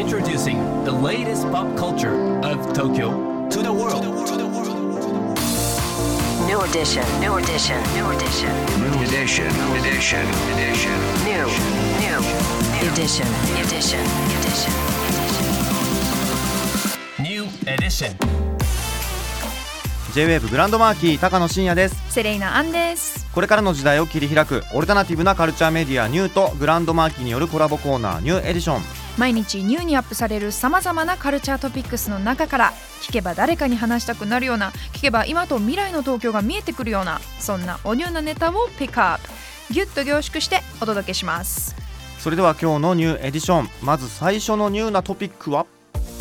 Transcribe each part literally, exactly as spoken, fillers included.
Introducing the latest pop culture of Tokyo to the world. New edition, new edition, new edition, New edition, edition, edition. new, new, new edition, edition, edition. New edition. J-ウェーブ グランドマーキー高野真也です。 セレイナアンです。 これからの時代を切り開くオルタナティブなカルチャーメディアニューとグランドマーキーによるコラボコーナーニューエディション。 毎日ニューにアップされるさまざまなカルチャートピックスの中から聞けば誰かに話したくなるような、聞けば今と未来の東京が見えてくるような、そんなおニューなネタをピックアップギュッと凝縮してお届けします。 それでは今日のニューエディション、まず最初のニューなトピックは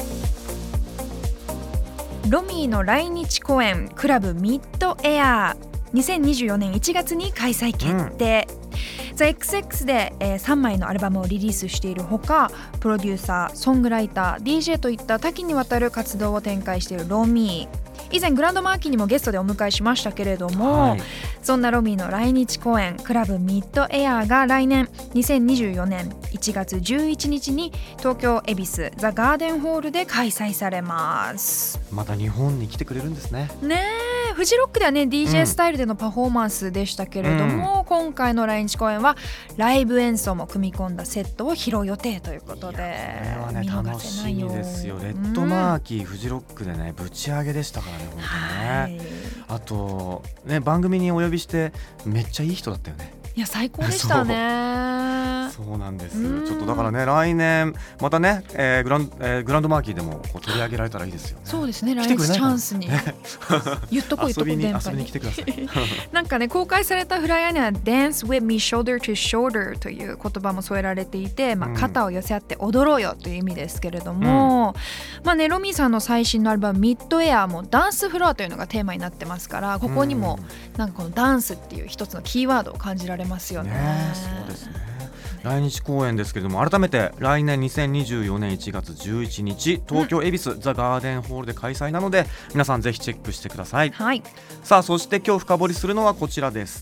ロミーの来日公演クラブミッドエアーにせんにじゅうよねんいちがつに開催決定、うん、ザ・エックスエックス で、えー、さんまいのアルバムをリリースしているほか、プロデューサー、ソングライター、ディージェー といった多岐にわたる活動を展開しているロミー。以前グランドマーキーにもゲストでお迎えしましたけれども、はい、そんなロミーの来日公演クラブミッドエアーが来年にせんにじゅうよねんいちがつじゅういちにちに東京恵比寿ザ・ガーデンホールで開催されます。 また日本に来てくれるんですね。 ねえ、フジロックではね ディージェー スタイルでのパフォーマンスでしたけれども、うん、今回の来日公演はライブ演奏も組み込んだセットを披露予定ということで、これはね見逃せないよ。 楽しみですよ。レッドマーキー、うん、フジロックでねぶち上げでしたからね、本当にね、はい、あとね番組にお呼びしてめっちゃいい人だったよね。 いや最高でしたね。 そう、そうなんです。ちょっとだからね来年またね、えーグランえー、グランドマーキーでもこう取り上げられたらいいですよね。 そうですね、来日チャンスに言っとこう言っとこう遊びに電波に遊びに来てくださいなんかね公開されたフライヤーには Dance with me shoulder to shoulder という言葉も添えられていて、まあ、肩を寄せ合って踊ろうよという意味ですけれども、うん、まあねロミーさんの最新のアルバムミッドエアもダンスフロアというのがテーマになってますから、ここにもなんかこのダンスっていう一つのキーワードを感じられますよね。 ね、そうですね。来日公演ですけれども、改めて来年にせんにじゅうよねんいちがつじゅういちにち東京恵比寿、うん、ザ・ガーデンホールで開催なので皆さんぜひチェックしてください、 はい、 さあそして今日深掘りするのはこちらです。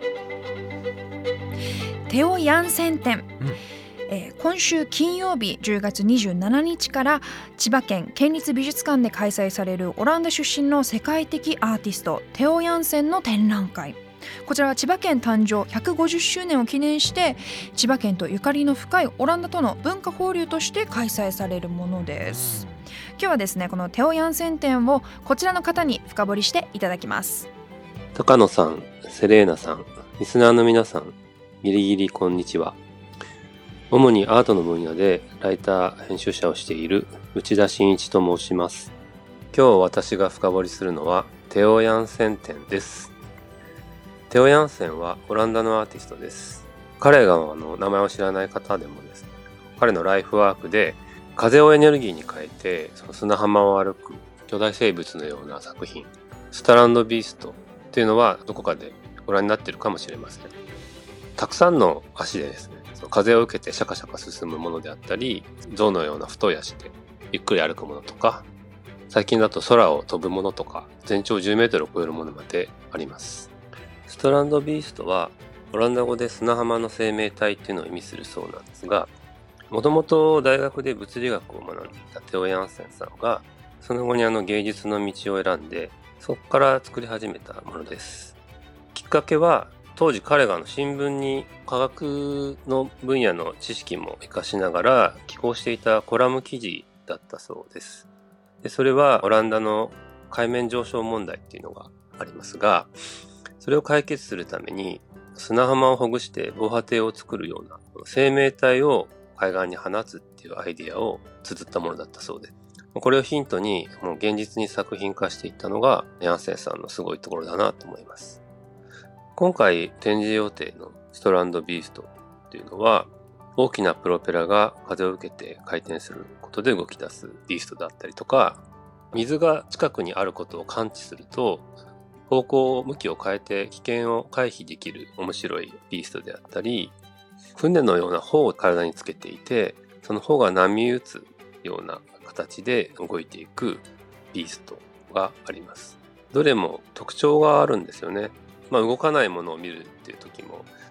テオ・ヤンセン展、 うんえー、今週金曜日じゅうがつにじゅうしちにちから千葉県県立美術館で開催されるオランダ出身の世界的アーティストテオ・ヤンセンの展覧会。こちらは千葉県誕生ひゃくごじゅっしゅうねんを記念して千葉県とゆかりの深いオランダとの文化交流として開催されるものです。今日はですねこのテオ・ヤンセン展をこちらの方に深掘りしていただきます。 高野さん、セレーナさん、リスナーの皆さん、ギリギリこんにちは。主にアートの分野でライター編集者をしている内田真一と申します。今日私が深掘りするのはテオ・ヤンセン展です。テオ・ヤンセンはオランダのアーティストです。彼があの名前を知らない方でもですね、彼のライフワークで風をエネルギーに変えてその砂浜を歩く巨大生物のような作品、スタランドビーストっていうのはどこかでご覧になっているかもしれません。たくさんの足でですね、その風を受けてシャカシャカ進むものであったり、象のような太い足でゆっくり歩くものとか、最近だと空を飛ぶものとか、全長じゅうメートルを超えるものまであります。ストランドビーストはオランダ語で砂浜の生命体っていうのを意味するそうなんですが、もともと大学で物理学を学んでいたテオ・ヤンセンさんがその後にあの芸術の道を選んでそこから作り始めたものです。きっかけは当時彼があの新聞に科学の分野の知識も活かしながら寄稿していたコラム記事だったそうです。で、それはオランダの海面上昇問題っていうのがありますが、それを解決するために砂浜をほぐして防波堤を作るような生命体を海岸に放つっていうアイディアを綴ったものだったそうで、これをヒントにもう現実に作品化していったのがヤンセンさんのすごいところだなと思います。今回展示予定のストランドビーストっていうのは大きなプロペラが風を受けて回転することで動き出すビーストだったりとか、水が近くにあることを感知すると方向向きを変えて危険を回避できる面白いビーストであったり、船のような帆を体につけていてその帆が波打つような形で動いていくビーストがあります。どれも特徴があるんですよね。まあ動かないものを見るっていう時も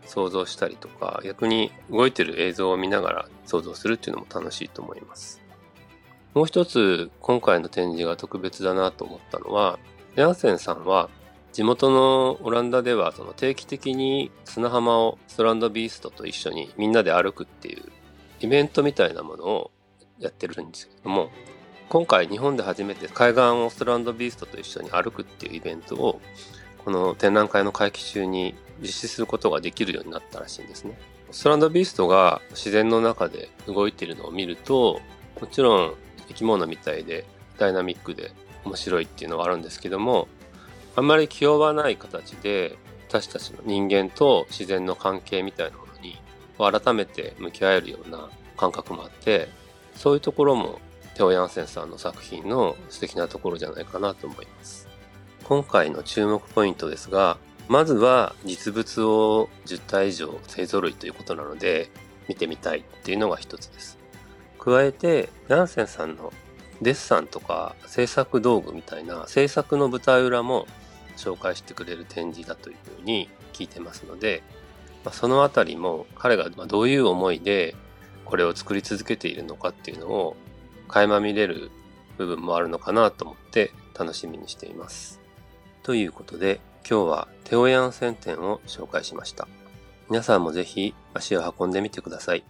想像したりとか、逆に動いてる映像を見ながら想像するっていうのも楽しいと思います。もう一つ今回の展示が特別だなと思ったのは、ヤンセンさんは地元のオランダではその定期的に砂浜をストランドビーストと一緒にみんなで歩くっていうイベントみたいなものをやってるんですけども、今回日本で初めて海岸をストランドビーストと一緒に歩くっていうイベントをこの展覧会の会期中に実施することができるようになったらしいんですね。ストランドビーストが自然の中で動いているのを見ると、もちろん生き物みたいでダイナミックで面白いっていうのはあるんですけども、あんまり気負わない形で私たちの人間と自然の関係みたいなものに改めて向き合えるような感覚もあって、そういうところもテオ・ヤンセンさんの作品の素敵なところじゃないかなと思います。今回の注目ポイントですが、まずは実物をじゅったい以上勢ぞろいということなので見てみたいっていうのが一つです。加えてヤンセンさんのデッサンとか制作道具みたいな制作の舞台裏も紹介してくれる展示だというふうに聞いてますので、まあ、そのあたりも彼がどういう思いでこれを作り続けているのかっていうのを垣間見れる部分もあるのかなと思って楽しみにしています。ということで今日はテオ・ヤンセン展を紹介しました。皆さんもぜひ足を運んでみてください。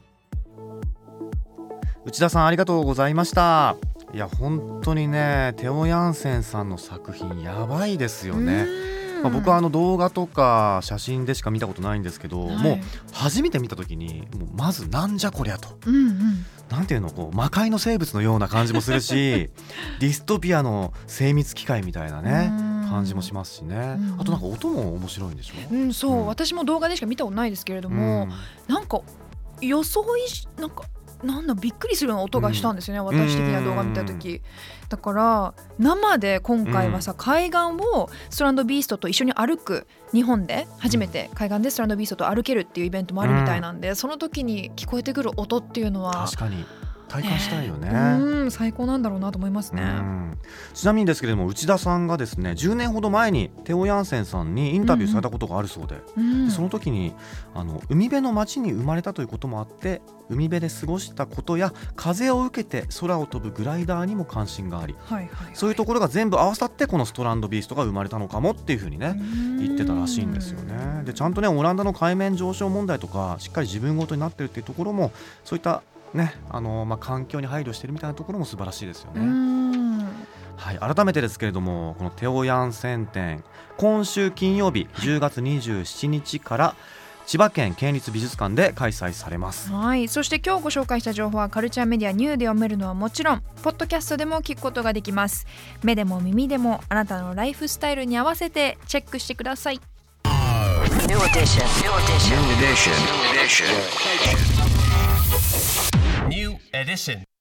内田さんありがとうございました。いや本当にね、テオ・ヤンセンさんの作品やばいですよね。まあ、僕はあの動画とか写真でしか見たことないんですけど、はい、もう初めて見た時にもうまずなんじゃこりゃと、うんうん、なんていうのこう魔界の生物のような感じもするしディストピアの精密機械みたいなね感じもしますしね、うんうん、あとなんか音も面白いんでしょ、 うん、そう、うん、私も動画でしか見たことないですけれども、うん、なんか予想いしなんかなんだびっくりするような音がしたんですよね、うん、私的な動画見た時だから生で今回はさ、うん、海岸をストランドビーストと一緒に歩く、日本で初めて海岸でストランドビーストと歩けるっていうイベントもあるみたいなんで、うん、その時に聞こえてくる音っていうのは確かに体感したいよね、 えー、うん最高なんだろうなと思いますね、うん、 ちなみにですけれども内田さんがですねじゅうねんほど前にテオ・ヤンセンさんにインタビューされたことがあるそうで、うん、でその時にあの海辺の町に生まれたということもあって海辺で過ごしたことや風を受けて空を飛ぶグライダーにも関心があり、はいはいはい、そういうところが全部合わさってこのストランドビーストが生まれたのかもっていうふうにね言ってたらしいんですよね。でちゃんとねオランダの海面上昇問題とかしっかり自分ごとになってるっていうところもそういったねあのまあ、環境に配慮しているみたいなところも素晴らしいですよね。はい、改めてですけれどもこのテオ・ヤンセン展今週金曜日じゅうがつにじゅうしちにちから千葉県県立美術館で開催されます。 はい、そして今日ご紹介した情報はカルチャーメディアニューで読めるのはもちろんポッドキャストでも聞くことができます。目でも耳でもあなたのライフスタイルに合わせてチェックしてください。 New edition. New edition. New edition. New edition.